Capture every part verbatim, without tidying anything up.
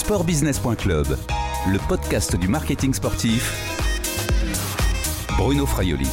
sportbusiness point club, le podcast du marketing sportif. Bruno Fraioli.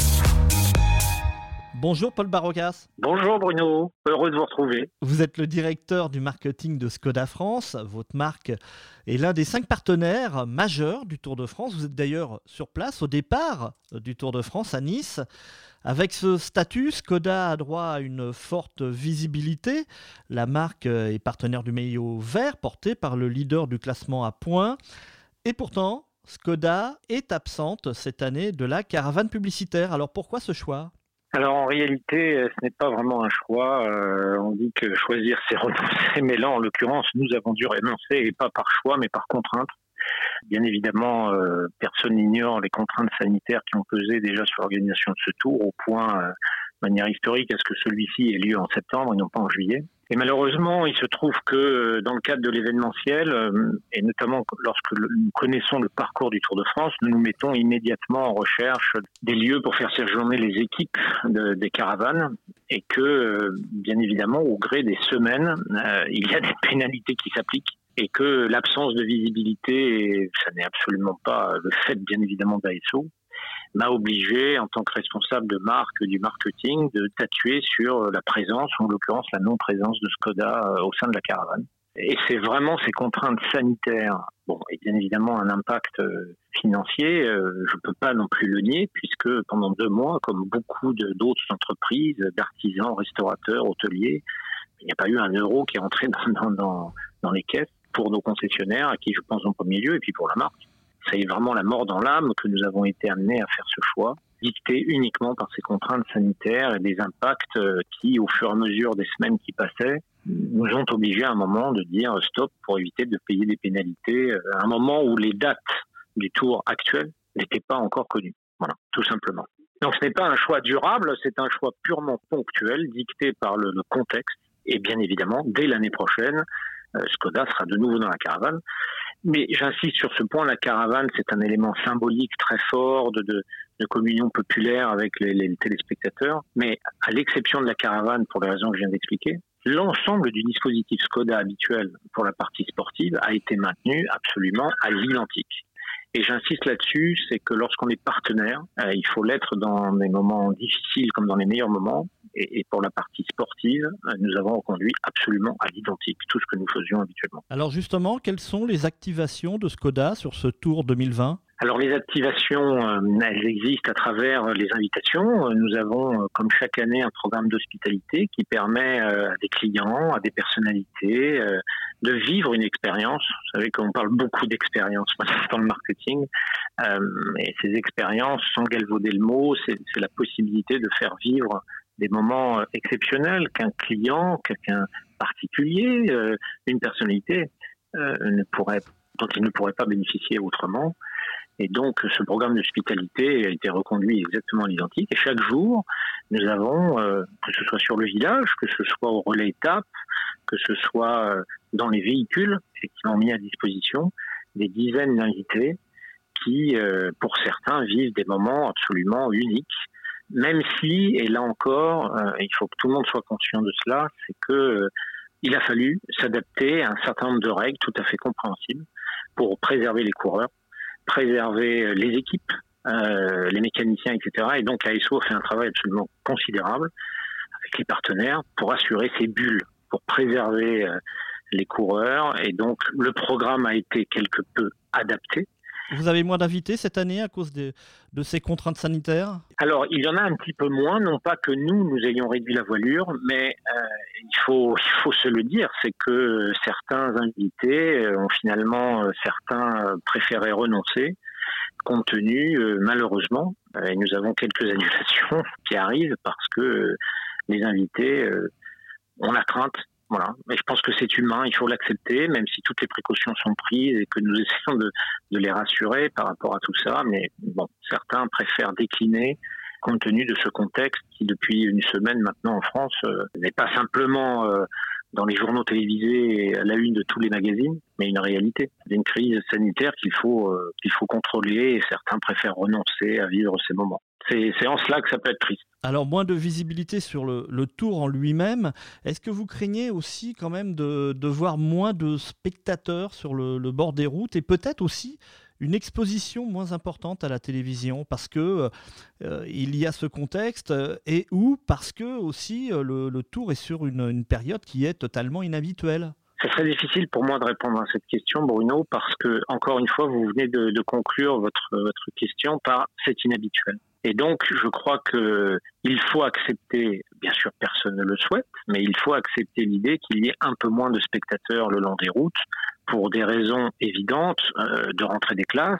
Bonjour Paul Barocas. Bonjour Bruno, heureux de vous retrouver. Vous êtes le directeur du marketing de Skoda France. Votre marque est l'un des cinq partenaires majeurs du Tour de France. Vous êtes d'ailleurs sur place au départ du Tour de France à Nice. Avec ce statut, Skoda a droit à une forte visibilité. La marque est partenaire du maillot vert porté par le leader du classement à points. Et pourtant, Skoda est absente cette année de la caravane publicitaire. Alors pourquoi ce choix ? Alors en réalité, ce n'est pas vraiment un choix. Euh, on dit que choisir, c'est renoncer. Mais là, en l'occurrence, nous avons dû renoncer, et pas par choix, mais par contrainte. Bien évidemment, euh, personne n'ignore les contraintes sanitaires qui ont pesé déjà sur l'organisation de ce tour, au point, euh, de manière historique, à ce que celui-ci ait lieu en septembre et non pas en juillet. Et malheureusement, il se trouve que dans le cadre de l'événementiel, euh, et notamment lorsque le, nous connaissons le parcours du Tour de France, nous nous mettons immédiatement en recherche des lieux pour faire séjourner les équipes de, des caravanes, et que, euh, bien évidemment, au gré des semaines, euh, il y a des pénalités qui s'appliquent. Et que l'absence de visibilité, ça n'est absolument pas le fait bien évidemment d'A S O, m'a obligé en tant que responsable de marque du marketing de statuer sur la présence, ou en l'occurrence la non-présence de Skoda au sein de la caravane. Et c'est vraiment ces contraintes sanitaires, bon, et bien évidemment un impact financier, je peux pas non plus le nier, puisque pendant deux mois, comme beaucoup de, d'autres entreprises, d'artisans, restaurateurs, hôteliers, il n'y a pas eu un euro qui est entré dans, dans, dans, dans les caisses pour nos concessionnaires, à qui je pense en premier lieu, et puis pour la marque. C'est vraiment la mort dans l'âme que nous avons été amenés à faire ce choix, dicté uniquement par ces contraintes sanitaires et des impacts qui, au fur et à mesure des semaines qui passaient, nous ont obligés à un moment de dire stop pour éviter de payer des pénalités, à un moment où les dates du tour actuel n'étaient pas encore connues. Voilà, tout simplement. Donc ce n'est pas un choix durable, c'est un choix purement ponctuel, dicté par le, le contexte. Et bien évidemment, dès l'année prochaine, euh, Skoda sera de nouveau dans la caravane. Mais j'insiste sur ce point, la caravane, c'est un élément symbolique très fort de, de, de communion populaire avec les, les téléspectateurs. Mais à l'exception de la caravane, pour les raisons que je viens d'expliquer, l'ensemble du dispositif Skoda habituel pour la partie sportive a été maintenu absolument à l'identique. Et j'insiste là-dessus, c'est que lorsqu'on est partenaire, euh, il faut l'être dans des moments difficiles comme dans les meilleurs moments. Et, et pour la partie sportive, euh, nous avons reconduit absolument à l'identique tout ce que nous faisions habituellement. Alors justement, quelles sont les activations de Skoda sur ce Tour deux mille vingt ? Alors les activations, euh, elles existent à travers les invitations. Nous avons, euh, comme chaque année, un programme d'hospitalité qui permet euh, à des clients, à des personnalités, euh, de vivre une expérience. Vous savez qu'on parle beaucoup d'expérience dans le marketing. Euh, et ces expériences, sans galvauder le mot, c'est, c'est la possibilité de faire vivre des moments exceptionnels qu'un client, quelqu'un particulier, euh, une personnalité euh, ne pourrait, dont il ne pourrait pas bénéficier autrement. Et donc, ce programme d'hospitalité a été reconduit exactement à l'identique. Et chaque jour, nous avons, euh, que ce soit sur le village, que ce soit au relais étape, que ce soit euh, dans les véhicules, effectivement mis à disposition, des dizaines d'invités qui, euh, pour certains, vivent des moments absolument uniques. Même si, et là encore, euh, il faut que tout le monde soit conscient de cela, c'est que euh, il a fallu s'adapter à un certain nombre de règles tout à fait compréhensibles pour préserver les coureurs, préserver les équipes, euh, les mécaniciens, et cetera. Et donc A S O a fait un travail absolument considérable avec les partenaires pour assurer ces bulles, pour préserver euh, les coureurs. Et donc le programme a été quelque peu adapté. Vous avez moins d'invités cette année à cause de, de ces contraintes sanitaires ? Alors, il y en a un petit peu moins, non pas que nous, nous ayons réduit la voilure, mais euh, il faut, il faut se le dire, c'est que certains invités ont finalement, certains préféré renoncer, compte tenu, euh, malheureusement, euh, et nous avons quelques annulations qui arrivent parce que euh, les invités euh, ont la crainte. Voilà. Mais je pense que c'est humain, il faut l'accepter, même si toutes les précautions sont prises et que nous essayons de, de les rassurer par rapport à tout ça. Mais bon, certains préfèrent décliner compte tenu de ce contexte qui, depuis une semaine maintenant en France, euh, n'est pas simplement euh, dans les journaux télévisés et à la une de tous les magazines, mais une réalité. Il y a une crise sanitaire qu'il faut, euh, qu'il faut contrôler et certains préfèrent renoncer à vivre ces moments. C'est, c'est en cela que ça peut être triste. Alors, moins de visibilité sur le, le Tour en lui-même. Est-ce que vous craignez aussi quand même de, de voir moins de spectateurs sur le, le bord des routes et peut-être aussi une exposition moins importante à la télévision parce que euh, il y a ce contexte euh, et ou parce que aussi euh, le, le Tour est sur une, une période qui est totalement inhabituelle? C'est très difficile pour moi de répondre à cette question, Bruno, parce que, encore une fois, vous venez de, de conclure votre, votre question par « c'est inhabituel ». Et donc, je crois que il faut accepter, bien sûr, personne ne le souhaite, mais il faut accepter l'idée qu'il y ait un peu moins de spectateurs le long des routes pour des raisons évidentes euh, de rentrée des classes,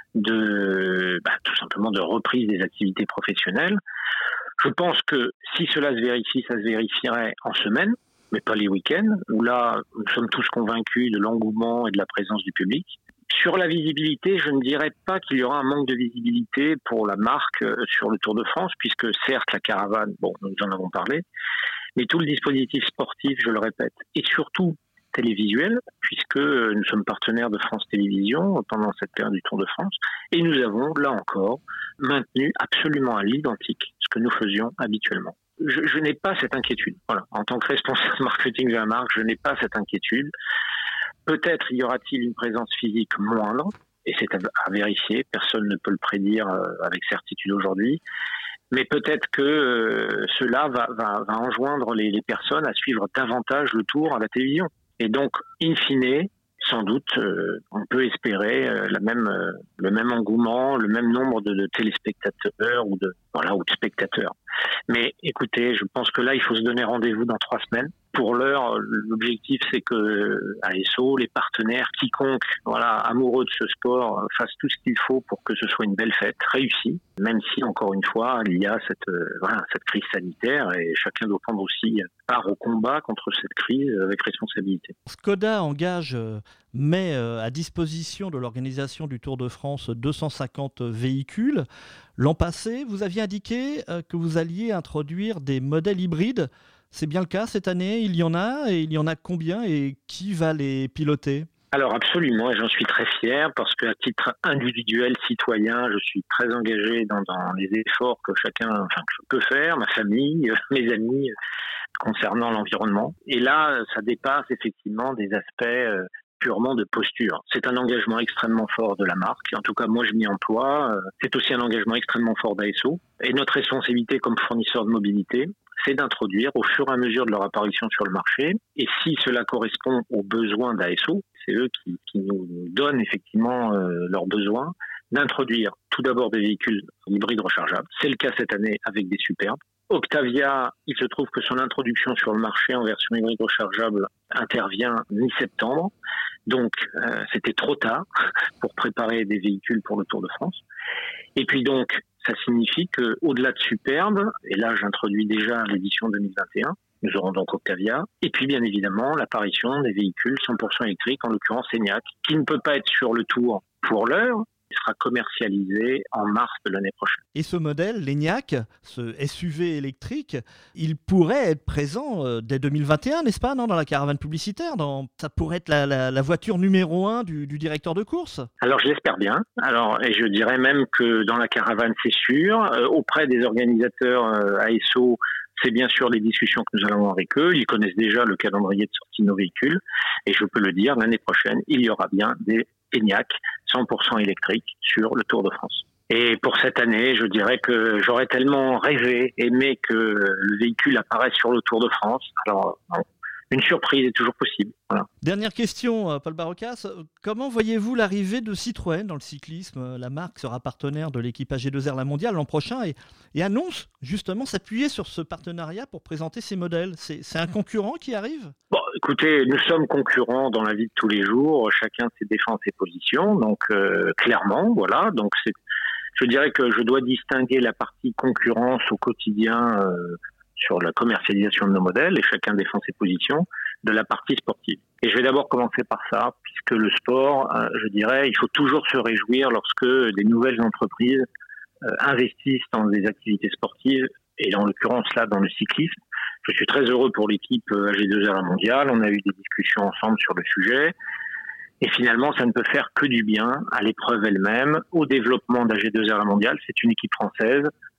de bah, tout simplement de reprise des activités professionnelles. Je pense que si cela se vérifie, ça se vérifierait en semaine, mais pas les week-ends, où là, nous sommes tous convaincus de l'engouement et de la présence du public. Sur la visibilité, je ne dirais pas qu'il y aura un manque de visibilité pour la marque sur le Tour de France, puisque certes, la caravane, bon, nous en avons parlé, mais tout le dispositif sportif, je le répète, et surtout télévisuel, puisque nous sommes partenaires de France Télévisions pendant cette période du Tour de France, et nous avons, là encore, maintenu absolument à l'identique ce que nous faisions habituellement. Je, je n'ai pas cette inquiétude. Voilà. En tant que responsable marketing de la marque, je n'ai pas cette inquiétude. Peut-être y aura-t-il une présence physique moindre, et c'est à, à vérifier, personne ne peut le prédire euh, avec certitude aujourd'hui, mais peut-être que euh, cela va, va, va enjoindre les, les personnes à suivre davantage le Tour à la télévision. Et donc, in fine, sans doute, euh, on peut espérer euh, la même, euh, le même engouement, le même nombre de, de téléspectateurs ou de, voilà, ou de spectateurs. Mais écoutez, je pense que là, il faut se donner rendez-vous dans trois semaines. Pour l'heure, l'objectif, c'est que A S O, les partenaires, quiconque, voilà, amoureux de ce sport, fassent tout ce qu'il faut pour que ce soit une belle fête, réussie. Même si, encore une fois, il y a cette, euh, voilà, cette crise sanitaire et chacun doit prendre aussi part au combat contre cette crise avec responsabilité. Skoda engage, euh, met euh, à disposition de l'organisation du Tour de France deux cent cinquante véhicules. L'an passé, vous aviez indiqué euh, que vous alliez introduire des modèles hybrides. C'est bien le cas cette année? Il y en a, et il y en a combien et qui va les piloter? Alors absolument, et j'en suis très fier parce qu'à titre individuel, citoyen, je suis très engagé dans, dans les efforts que chacun, enfin que je peux faire, ma famille, mes amis, concernant l'environnement. Et là, ça dépasse effectivement des aspects euh, purement de posture. C'est un engagement extrêmement fort de la marque. En tout cas, moi, je m'y emploie. C'est aussi un engagement extrêmement fort d'A S O. Et notre responsabilité comme fournisseur de mobilité, c'est d'introduire au fur et à mesure de leur apparition sur le marché. Et si cela correspond aux besoins d'A S O, c'est eux qui, qui nous donnent effectivement euh, leurs besoins, d'introduire tout d'abord des véhicules hybrides rechargeables. C'est le cas cette année avec des Superbes. Octavia, il se trouve que son introduction sur le marché en version hybride rechargeable intervient mi-septembre. Donc, euh, c'était trop tard pour préparer des véhicules pour le Tour de France. Et puis donc, ça signifie qu'au-delà de Superbe, et là j'introduis déjà l'édition deux mille vingt et un, nous aurons donc Octavia, et puis bien évidemment l'apparition des véhicules cent pour cent électriques, en l'occurrence Enyaq, qui ne peut pas être sur le Tour pour l'heure, il sera commercialisé en mars de l'année prochaine. Et ce modèle, l'Enyaq, ce S U V électrique, il pourrait être présent euh, dès deux mille vingt et un, n'est-ce pas, non, dans la caravane publicitaire dans... Ça pourrait être la, la, la voiture numéro un du, du directeur de course? Alors je l'espère bien. Alors, et je dirais même que dans la caravane, c'est sûr. Euh, auprès des organisateurs euh, A S O, c'est bien sûr les discussions que nous allons avoir avec eux. Ils connaissent déjà le calendrier de sortie de nos véhicules. Et je peux le dire, l'année prochaine, il y aura bien des Enyaq cent pour cent électriques sur le Tour de France. Et pour cette année, je dirais que j'aurais tellement rêvé, aimé que le véhicule apparaisse sur le Tour de France. Alors, une surprise est toujours possible. Voilà. Dernière question, Paul Barocas. Comment voyez-vous l'arrivée de Citroën dans le cyclisme? La marque sera partenaire de l'équipe A G deux R La Mondiale l'an prochain et, et annonce justement s'appuyer sur ce partenariat pour présenter ses modèles. C'est, c'est un concurrent qui arrive? Bon, écoutez, nous sommes concurrents dans la vie de tous les jours. Chacun s'est défend ses positions. Donc, euh, clairement, voilà. Donc, c'est, je dirais que je dois distinguer la partie concurrence au quotidien euh, sur la commercialisation de nos modèles, et chacun défend ses positions, de la partie sportive. Et je vais d'abord commencer par ça, puisque le sport, euh, je dirais, il faut toujours se réjouir lorsque des nouvelles entreprises euh, investissent dans des activités sportives, et en l'occurrence là, dans le cyclisme. Je suis très heureux pour l'équipe A G deux R La Mondiale, on a eu des discussions ensemble sur le sujet, et finalement, ça ne peut faire que du bien à l'épreuve elle-même, au développement d'A G deux R La Mondiale. C'est une équipe française,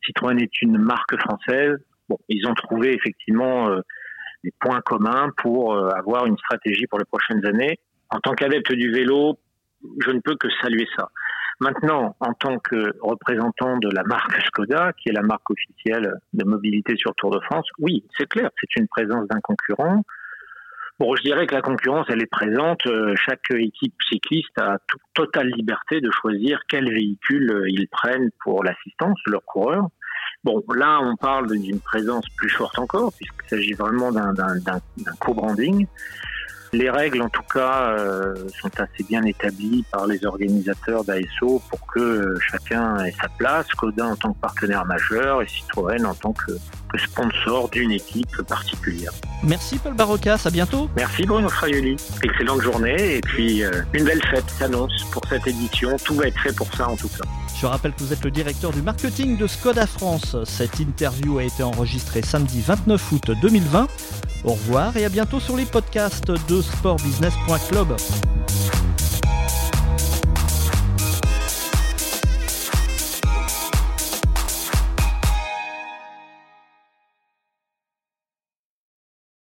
Citroën est une marque française. Bon, ils ont trouvé effectivement euh, des points communs pour euh, avoir une stratégie pour les prochaines années. En tant qu'adepte du vélo, je ne peux que saluer ça. Maintenant, en tant que représentant de la marque Škoda, qui est la marque officielle de mobilité sur Tour de France, oui, c'est clair, c'est une présence d'un concurrent. Bon, je dirais que la concurrence, elle est présente. Chaque équipe cycliste a toute totale liberté de choisir quel véhicule ils prennent pour l'assistance de leurs coureurs. Bon, là, on parle d'une présence plus forte encore, puisqu'il s'agit vraiment d'un, d'un, d'un, d'un co-branding. Les règles, en tout cas, euh, sont assez bien établies par les organisateurs d'A S O pour que euh, chacun ait sa place, Škoda en tant que partenaire majeur et Citroën en tant que, que sponsor d'une équipe particulière. Merci Paul Barocas, à bientôt. Merci Bruno Fraioli. Excellente journée et puis euh, une belle fête s'annonce pour cette édition. Tout va être fait pour ça en tout cas. Je rappelle que vous êtes le directeur du marketing de Škoda France. Cette interview a été enregistrée samedi vingt-neuf août deux mille vingt. Au revoir et à bientôt sur les podcasts de sport business point club.